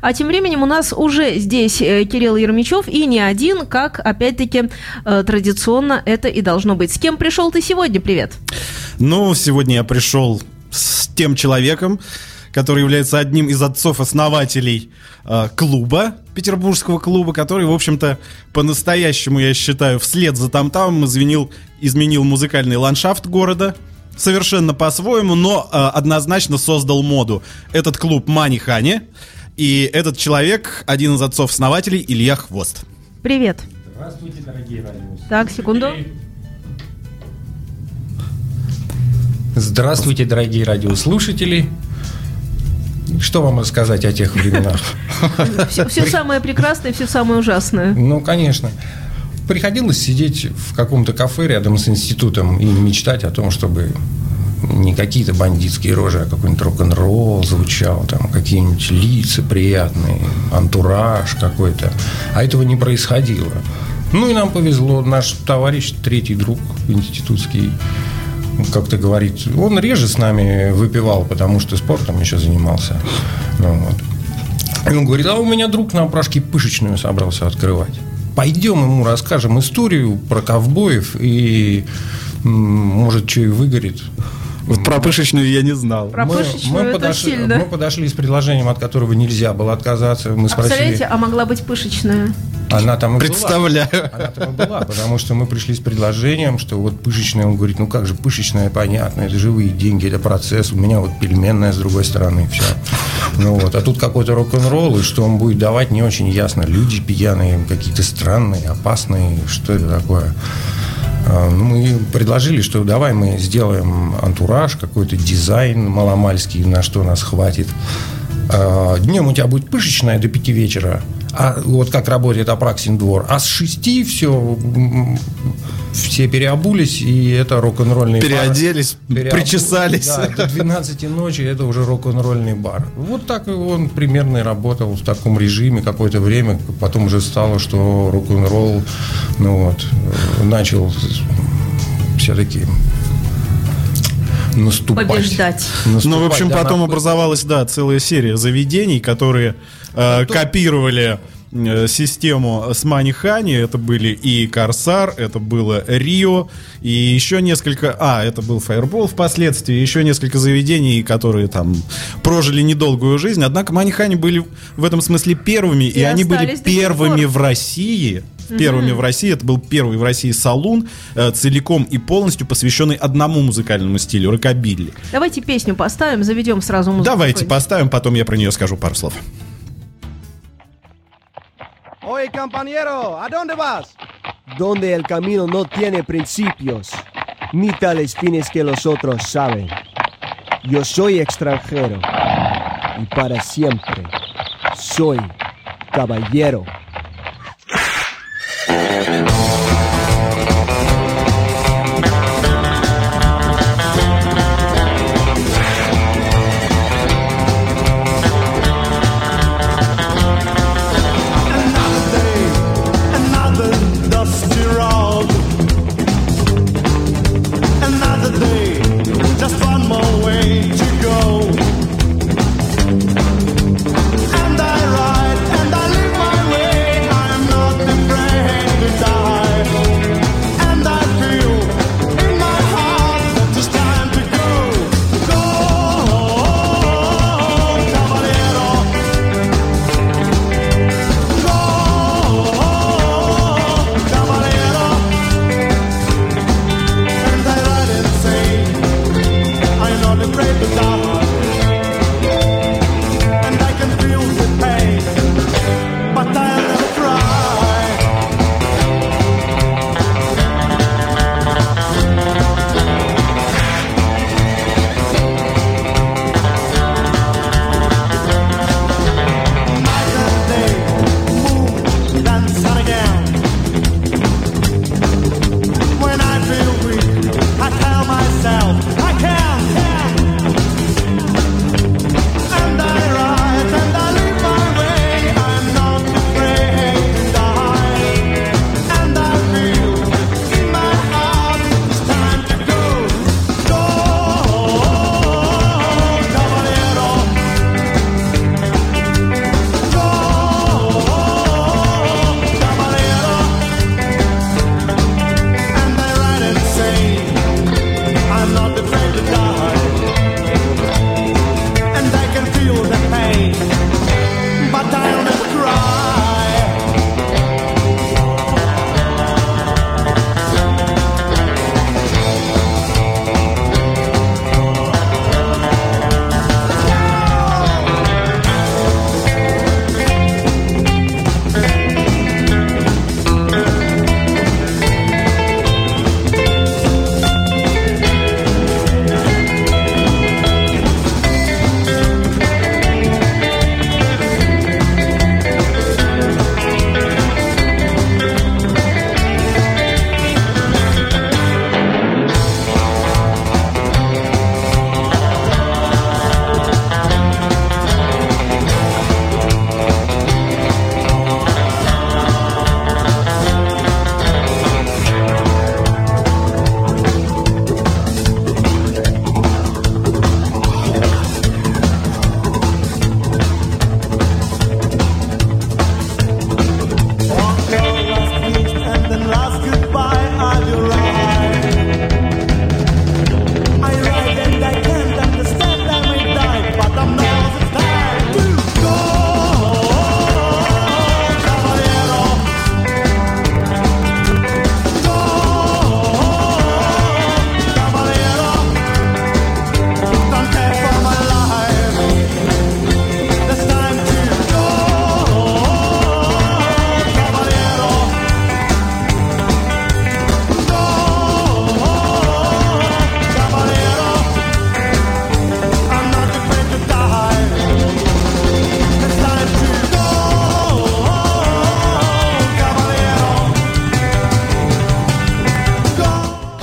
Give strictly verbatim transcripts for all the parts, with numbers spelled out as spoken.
А тем временем у нас уже здесь Кирилл Ермичев, и не один, как, опять-таки, традиционно это и должно быть. С кем пришел ты сегодня? Привет. Ну, сегодня я пришел с тем человеком, который является одним из отцов-основателей э, клуба, петербургского клуба, который, в общем-то, по-настоящему, я считаю, вслед за Там-Тамом изменил, изменил музыкальный ландшафт города совершенно по-своему, но э, однозначно создал моду. Этот клуб Мани Хани, и этот человек, один из отцов-основателей, Илья Хвост. Привет. Здравствуйте, дорогие радиослушатели. Так, секунду. Здравствуйте, дорогие радиослушатели. Что вам рассказать о тех временах? Все, все самое прекрасное, все самое ужасное. Ну, конечно. Приходилось сидеть в каком-то кафе рядом с институтом и мечтать о том, чтобы не какие-то бандитские рожи, а какой-нибудь рок-н-ролл звучал, там какие-нибудь лица приятные, антураж какой-то. А этого не происходило. Ну, и нам повезло. Наш товарищ, третий друг институтский, как-то говорит, он реже с нами выпивал, потому что спортом еще занимался. Ну, вот. И он говорит, а у меня друг на опрашке пышечную собрался открывать. Пойдем ему расскажем историю про ковбоев, и может, что и выгорит. Вот про пышечную я не знал. Про мы, пышечную мы это подошли, сильно. Мы подошли с предложением, от которого нельзя было отказаться. Мы а спросили, представляете, а могла быть пышечная? Она там и Представляю. была. Она там и была, потому что мы пришли с предложением, что вот пышечная. Он говорит, ну как же пышечная, понятно, это живые деньги, это процесс. У меня вот пельменная с другой стороны, все. Ну вот, а тут какой-то рок-н-ролл, и что он будет давать, не очень ясно. Люди пьяные, какие-то странные, опасные, что это такое? Ну, мы предложили, что давай мы сделаем антураж, какой-то дизайн маломальский, на что нас хватит. Днем у тебя будет пышечная до пяти вечера, а вот как работает Апраксин двор. А с шести все, все переобулись, и это рок-н-ролльный Переоделись, бар. Переобулись, причесались. Да, до двенадцати ночи это уже рок-н-ролльный бар. Вот так он примерно и работал в таком режиме какое-то время. Потом уже стало, что рок-н-ролл, ну вот, начал все-таки наступать. Побеждать. Наступать. Ну, в общем, Да, потом на... образовалась, да, целая серия заведений, которые э, копировали э, систему с Мани Хани. Это были и Корсар, это было Рио, и еще несколько... А, это был Фаербол впоследствии, еще несколько заведений, которые там прожили недолгую жизнь. Однако Мани Хани были в этом смысле первыми, и, и они были первыми в России... Первыми mm-hmm. в России. Это был первый в России салон, э, целиком и полностью посвященный одному музыкальному стилю, рокобилли. Давайте песню поставим, заведем сразу музыку. Давайте поставим, потом я про нее скажу пару слов. Oye, compañero, ¿a dónde vas? Donde el camino no tiene principios, ni tales fines que los otros saben. Yo soy extranjero, y para siempre soy caballero. And I ride and I live my way.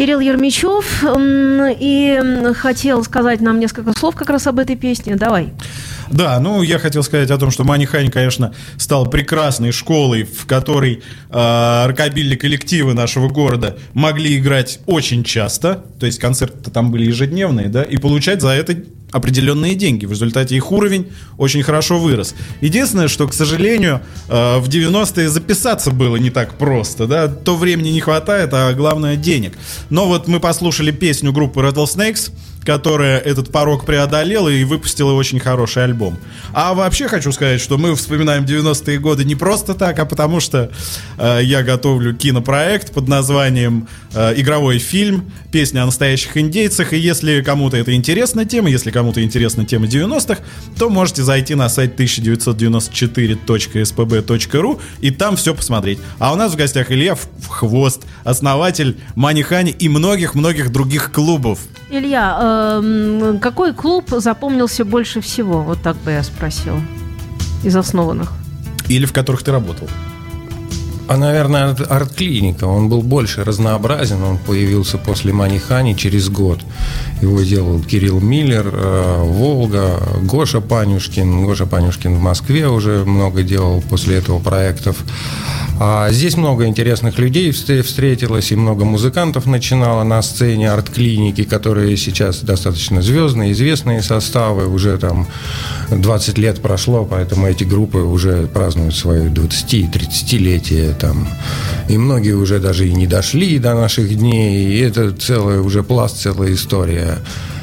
Кирилл Ермичев, и хотел сказать нам несколько слов как раз об этой песне. Давай. Да, ну я хотел сказать о том, что Money Honey, конечно, стал прекрасной школой, в которой э, рокобилли коллективы нашего города могли играть очень часто, то есть концерты там были ежедневные, да, и получать за это определенные деньги. В результате их уровень очень хорошо вырос. Единственное, что, к сожалению, в девяностые записаться было не так просто, да, то времени не хватает, а главное денег. Но вот мы послушали песню группы Rattlesnakes, которая этот порог преодолела и выпустила очень хороший альбом. А вообще хочу сказать, что мы вспоминаем девяностые годы не просто так, а потому что э, я готовлю кинопроект под названием э, «Игровой фильм. Песня о настоящих индейцах». И если кому-то это интересна тема, если кому-то интересна тема девяностых, то можете зайти на сайт тысяча девятьсот девяносто четыре точка эс пэ бэ точка ру и там все посмотреть. А у нас в гостях Илья Хвост, основатель Money Honey и многих-многих других клубов. Илья, э, какой клуб запомнился больше всего? Вот так бы я спросила. Из основанных. Или в которых ты работал? А, наверное, арт-клиника. Он был больше разнообразен. Он появился после Money Honey через год. Его делал Кирилл Миллер, э, Волга, Гоша Панюшкин. Гоша Панюшкин в Москве уже много делал после этого проектов. А здесь много интересных людей встретилось, и много музыкантов начинало на сцене арт-клиники, которые сейчас достаточно звездные, известные составы. Уже там двадцать лет прошло, поэтому эти группы уже празднуют свое двадцати-тридцатилетие. Там. И многие уже даже и не дошли до наших дней. И это целая уже пласт, целая история.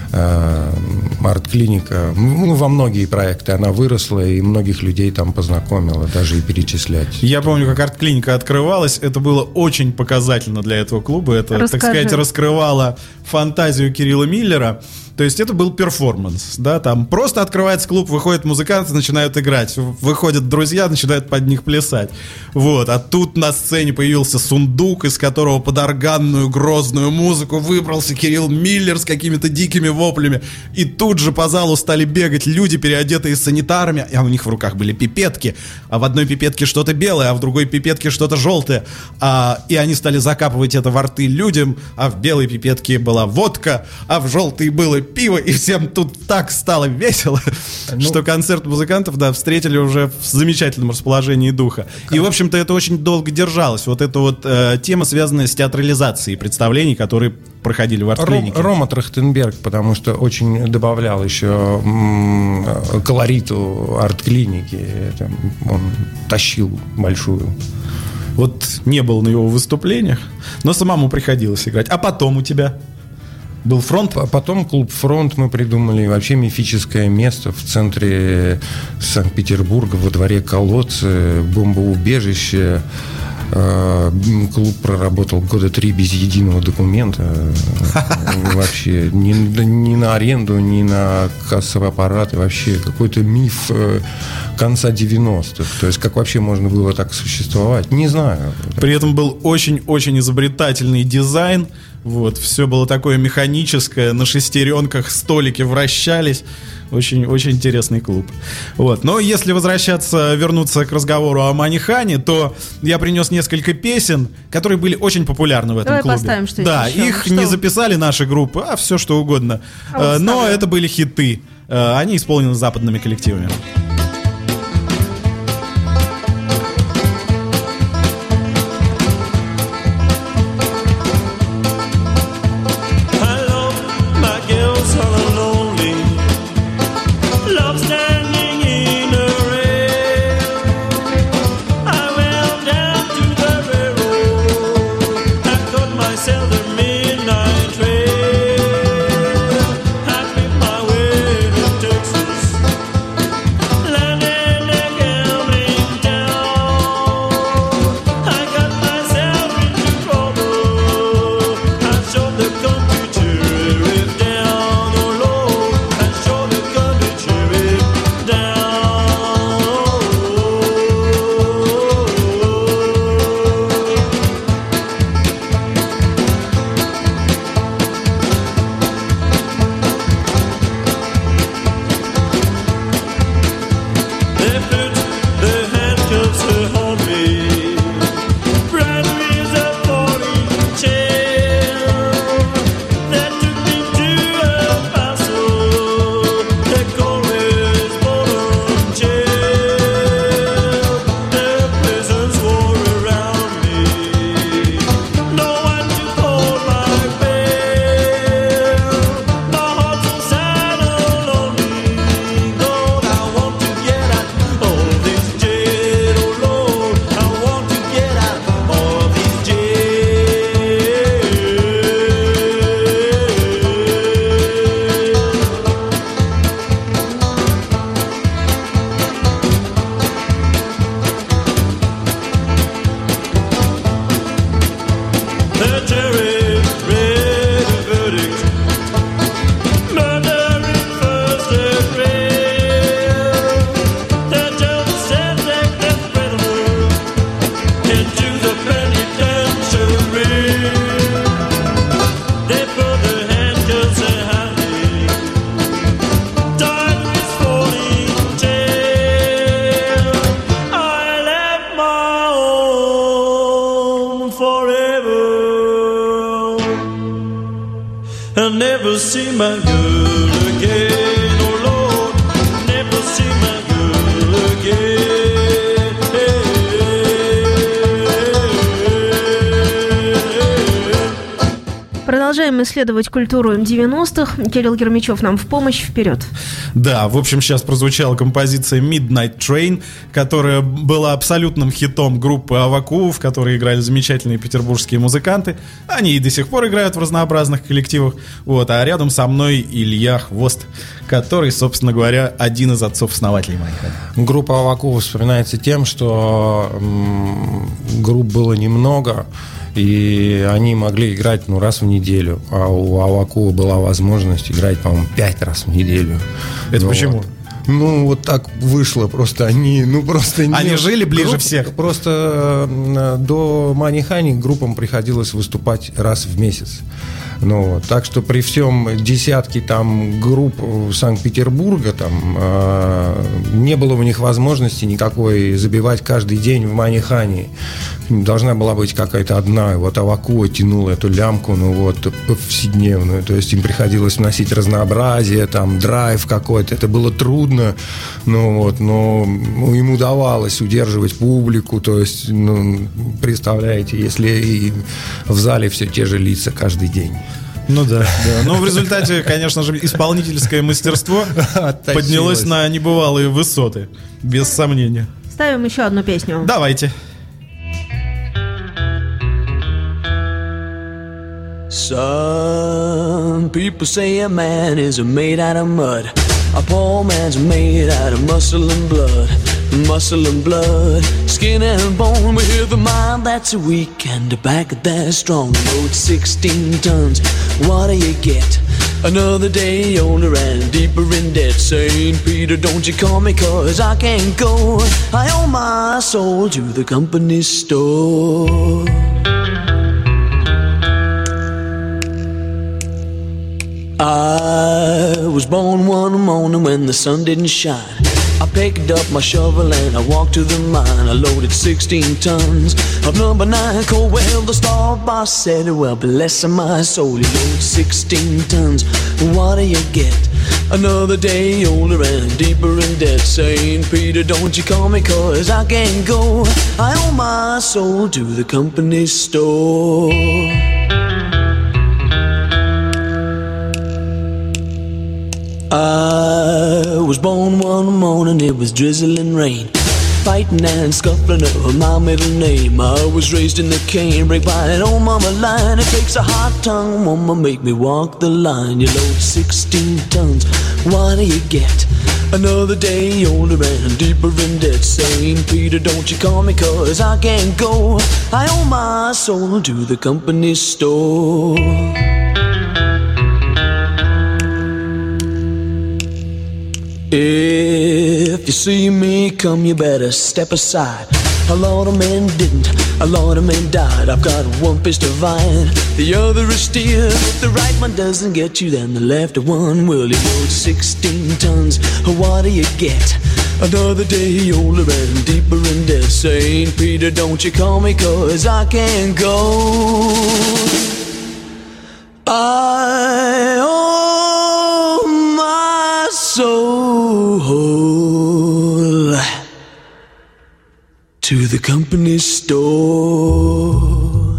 Арт-клиника, ну, во многие проекты она выросла, и многих людей там познакомила, даже и перечислять. Я помню, как арт-клиника открывалась, это было очень показательно для этого клуба, это, Расскажи. так сказать, раскрывало фантазию Кирилла Миллера. То есть это был перформанс, да, там просто открывается клуб, выходят музыканты, начинают играть, выходят друзья, начинают под них плясать, вот, а тут на сцене появился сундук, из которого под органную грозную музыку выбрался Кирилл Миллер с какими-то дикими воплями, и тут же по залу стали бегать люди, переодетые санитарами, а у них в руках были пипетки, а в одной пипетке что-то белое, а в другой пипетке что-то желтое, а, и они стали закапывать это во рты людям, а в белой пипетке была водка, а в желтой было пиво, и всем тут так стало весело, ну, что концерт музыкантов, да, встретили уже в замечательном расположении духа. Как? И, в общем-то, это очень долго держалось. Вот эта вот э, тема, связанная с театрализацией представлений, которые проходили в арт-клинике. Ром, Рома Трахтенберг, потому что очень добавлял еще м- колориту арт-клиники. Это он тащил большую. Вот не был на его выступлениях, но самому приходилось играть. А потом у тебя... Был фронт? А потом клуб «Фронт» мы придумали, вообще мифическое место в центре Санкт-Петербурга, во дворе колодцы, бомбоубежище. Клуб проработал года три без единого документа. Вообще ни, ни на аренду, ни на кассовый аппарат. Вообще какой-то миф конца девяностых. То есть как вообще можно было так существовать? Не знаю. При этом был очень-очень изобретательный дизайн. Вот, все было такое механическое, на шестеренках столики вращались. Очень-очень интересный клуб. Вот. Но если возвращаться, вернуться к разговору о Money Honey, то я принес несколько песен, которые были очень популярны в этом Давай клубе. Поставим что-нибудь да, еще. их Что? не записали наши группы, а все что угодно. А Но ставим. Это были хиты. Они исполнены западными коллективами. Midnight train, I made my way to Texas. never see my girl again. Oh Lord, never see my girl again. Продолжаем исследовать культуру девяностых. Кирилл Ермичев нам в помощь. Вперед. Да, в общем, сейчас прозвучала композиция Midnight Train, которая была абсолютным хитом группы Аваку, в которой играли замечательные петербургские музыканты. Они и до сих пор играют в разнообразных коллективах. Вот, а рядом со мной Илья Хвост, который, собственно говоря, один из отцов-основателей Манихани. Группа Аваку вспоминается тем, что м- групп было немного, и они могли играть, ну, раз в неделю. А у Аваку была возможность играть, по-моему, пять раз в неделю. Это ну, почему? Вот. Ну, вот так вышло. Просто они, ну, просто... Они не... жили ближе Групп... всех. Просто э, до Манихани группам приходилось выступать раз в месяц. Ну, вот. Так что при всем десятке там групп Санкт-Петербурга там э, не было у них возможности никакой забивать каждый день в Манихани. Должна была быть какая-то одна. Вот Аваку тянула эту лямку, ну вот, повседневную. То есть им приходилось вносить разнообразие, там, драйв какой-то. Это было трудно, ну вот, но им удавалось удерживать публику. То есть, ну, представляете, если и в зале все те же лица каждый день. Ну да, да. Но в результате, конечно же, исполнительское мастерство поднялось на небывалые высоты, без сомнения. Ставим еще одну песню. Давайте. Some people say a man is made out of mud. A poor man's made out of muscle and blood. Muscle and blood, skin and bone, with a mind that's weak and a back that's strong. Load sixteen tons, what do you get? Another day older and deeper in debt. Saint Peter, don't you call me, cause I can't go. I owe my soul to the company store. I was born one morning when the sun didn't shine. I picked up my shovel and I walked to the mine. I loaded sixteen tons of number nine coal. Well, the star boss said, well, bless my soul, you load sixteen tons, what do you get? Another day older and deeper in debt. Saint Peter, don't you call me, cause I can't go. I owe my soul to the company store. I was born one morning, it was drizzling rain. Fighting and scuffling over my middle name. I was raised in the canebrake by an old mama line. It takes a hot tongue, mama, make me walk the line. You load sixteen tons, what do you get? Another day older and deeper in debt. Saint Peter, don't you call me, cause I can't go. I owe my soul to the company store. If you see me come, you better step aside. A lot of men didn't, a lot of men died. I've got one fist of iron, the other is steel. If the right one doesn't get you, then the left one will. You load sixteen tons, what do you get? Another day older and deeper in debt. Saint Peter, don't you call me, cause I can't go. I owe my soul to the company store.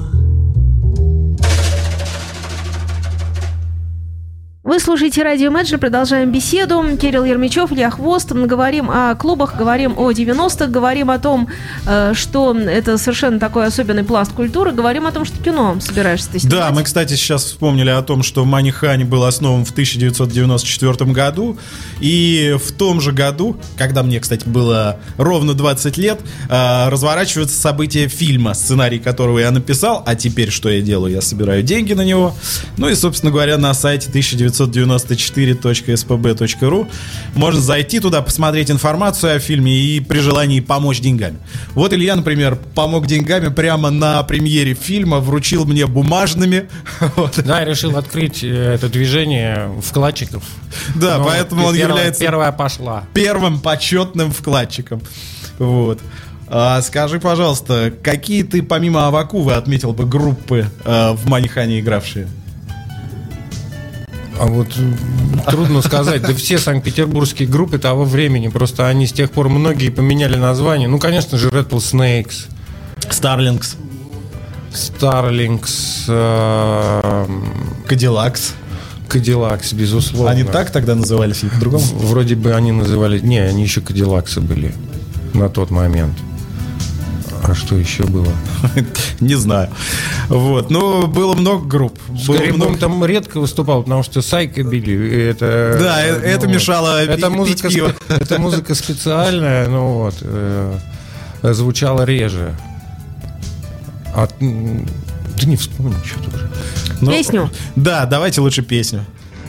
Вы слушаете радио Imagine, продолжаем беседу. Кирилл Ермичев, Илья Хвост. Мы говорим о клубах, говорим о девяностых, говорим о том, что это совершенно такой особенный пласт культуры, говорим о том, что кино собираешься ты снимать. Да, мы, кстати, сейчас вспомнили о том, что Манихани был основан в тысяча девятьсот девяносто четвёртом году, и в том же году, когда мне, кстати, было ровно двадцать лет, разворачиваются события фильма, сценарий которого я написал, а теперь что я делаю? Я собираю деньги на него. Ну и, собственно говоря, на сайте тысяча девятьсот девяносто четыре точка эс пэ бэ точка ру можно зайти туда, посмотреть информацию о фильме и при желании помочь деньгами. Вот Илья, например, помог деньгами прямо на премьере фильма, вручил мне бумажными. Вот. Да, я решил открыть это движение вкладчиков. Да, но поэтому он первая, является первая пошла. первым почетным вкладчиком. Вот. А скажи, пожалуйста, какие ты помимо Аваку вы отметил бы группы э, в Манихане игравшие? А вот трудно сказать. Да все санкт-петербургские группы того времени, просто они с тех пор многие поменяли название. Ну, конечно же, Rattlesnakes, Starlings, Starlings, э, Cadillacs. Cadillacs, безусловно. Они так тогда назывались или по-другому? Вроде бы они называли... Не, они еще Cadillacs были на тот момент. А что еще было? Не знаю. Вот. Ну, было много групп. Скорее, много... там редко выступал, потому что Psychobilly это... Да, ну, это мешало это пить музыка, пиво. Это музыка специальная, ну вот, э, звучала реже. А, да не вспомню что-то уже. Ну, песню? Да, давайте лучше песню.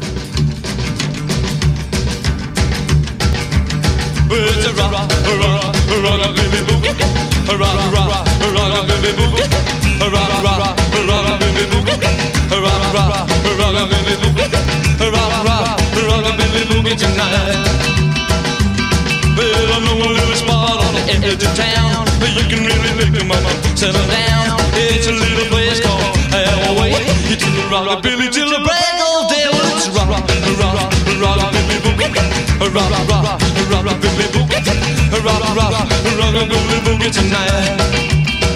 You can really make them up, settle down. It's a little place called Hellway. You do the rockabilly till the break of day. Well, it's rock, rock, rock, rockabilly boogie, rock, rock, rockabilly boogie, rock, rock, rockabilly boogie tonight.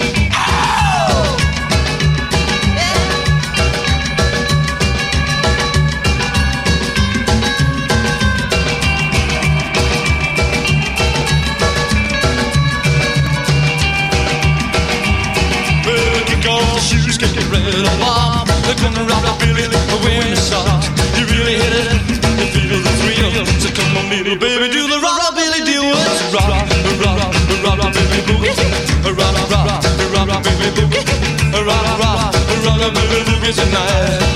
Come to rockabilly, wearing the socks. You really hit it, you feel the thrill. So come on, little baby, do the rockabilly deal. Let's rock, rock, rockabilly boogie, rock, rock, rockabilly boogie, rock, rock, rockabilly boogie tonight.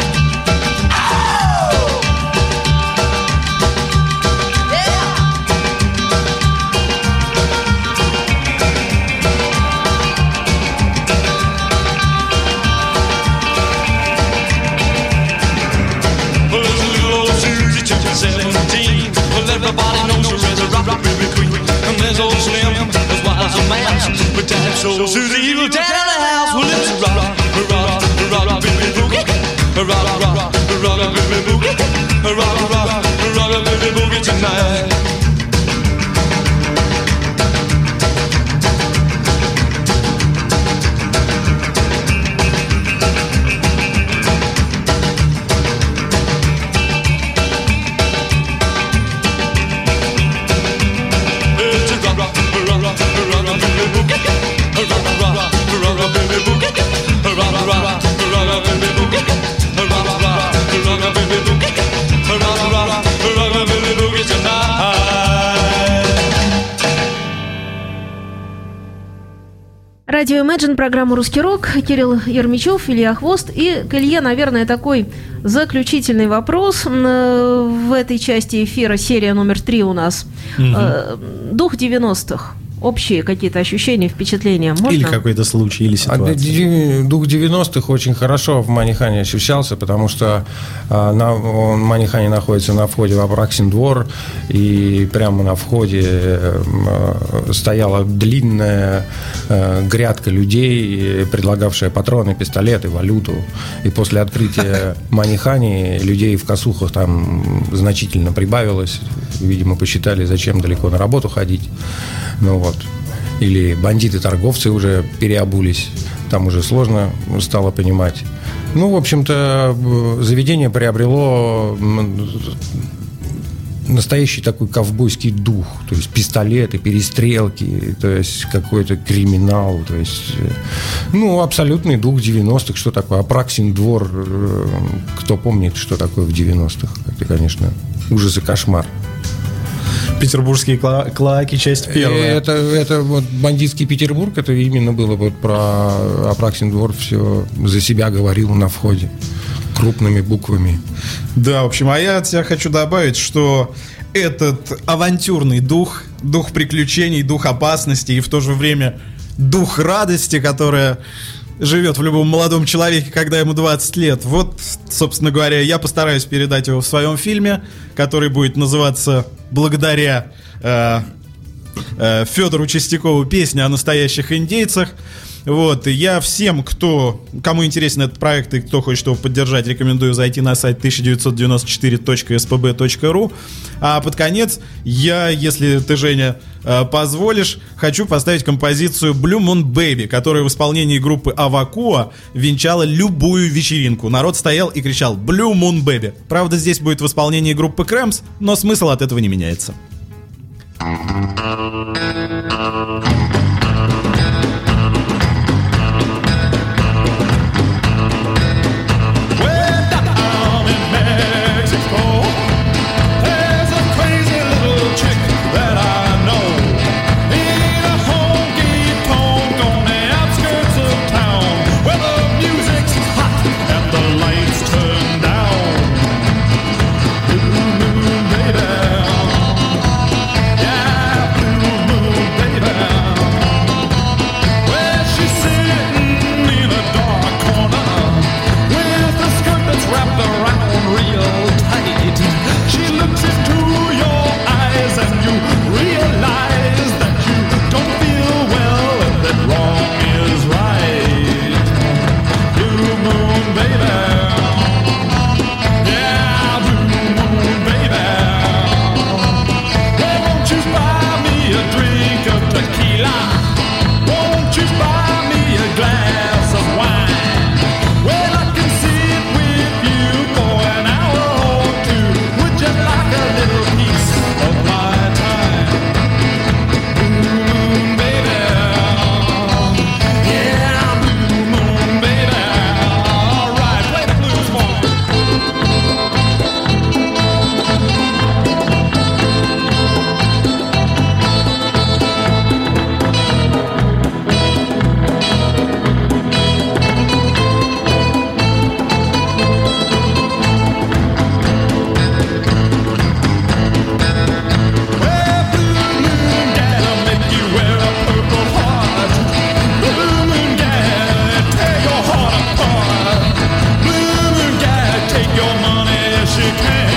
Everybody knows her as a rockabilly queen. And there's old Slim, as wild as a mouse. But Dad so Susie, you down in the house. Well, it's a rock, a rock, a rockabilly boogie, a rock, rock, a rockabilly boogie, a rock, rock, a rockabilly boogie tonight. Радио Imagine, программа «Русский рок». Кирилл Ермичев, Илья Хвост. И к Илье, наверное, такой заключительный вопрос в этой части эфира. Серия номер три у нас. Угу. Дух девяностых. Общие какие-то ощущения, впечатления? Можно? Или какой-то случай, или ситуация. Дух девяностых очень хорошо в Манихане ощущался, потому что а, на, Манихане находится на входе в Апраксин двор, и прямо на входе а, стояла длинная а, грядка людей, предлагавшая патроны, пистолеты, валюту. И после открытия Манихани людей в косухах там значительно прибавилось. Видимо, посчитали, зачем далеко на работу ходить. Ну вот. Или бандиты-торговцы уже переобулись. Там уже сложно стало понимать. Ну, в общем-то, заведение приобрело настоящий такой ковбойский дух. То есть пистолеты, перестрелки, то есть какой-то криминал. То есть, ну, абсолютный дух девяностых. Что такое Апраксин двор? Кто помнит, что такое в девяностых? Это, конечно, ужас и кошмар. Петербургские кла- клоаки, часть первая. Это, это вот бандитский Петербург, это именно было вот про Апраксин двор, все за себя говорил на входе крупными буквами. Да, в общем, а я от себя хочу добавить, что этот авантюрный дух, дух приключений, дух опасности и в то же время дух радости, которая живет в любом молодом человеке, когда ему двадцать лет. Вот, собственно говоря, я постараюсь передать его в своем фильме, который будет называться «Благодаря э, э, Федору Чистякову песня о настоящих индейцах. Вот, и я всем, кто, кому интересен этот проект и кто хочет его поддержать, рекомендую зайти на сайт тысяча девятьсот девяносто четыре точка эс пэ бэ точка ру. А под конец я, если ты, Женя, позволишь, хочу поставить композицию Blue Moon Baby, которая в исполнении группы Авакуа венчала любую вечеринку. Народ стоял и кричал Blue Moon Baby. Правда, здесь будет в исполнении группы Крэмс, но смысл от этого не меняется.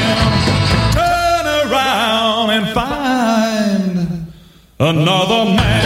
Another man.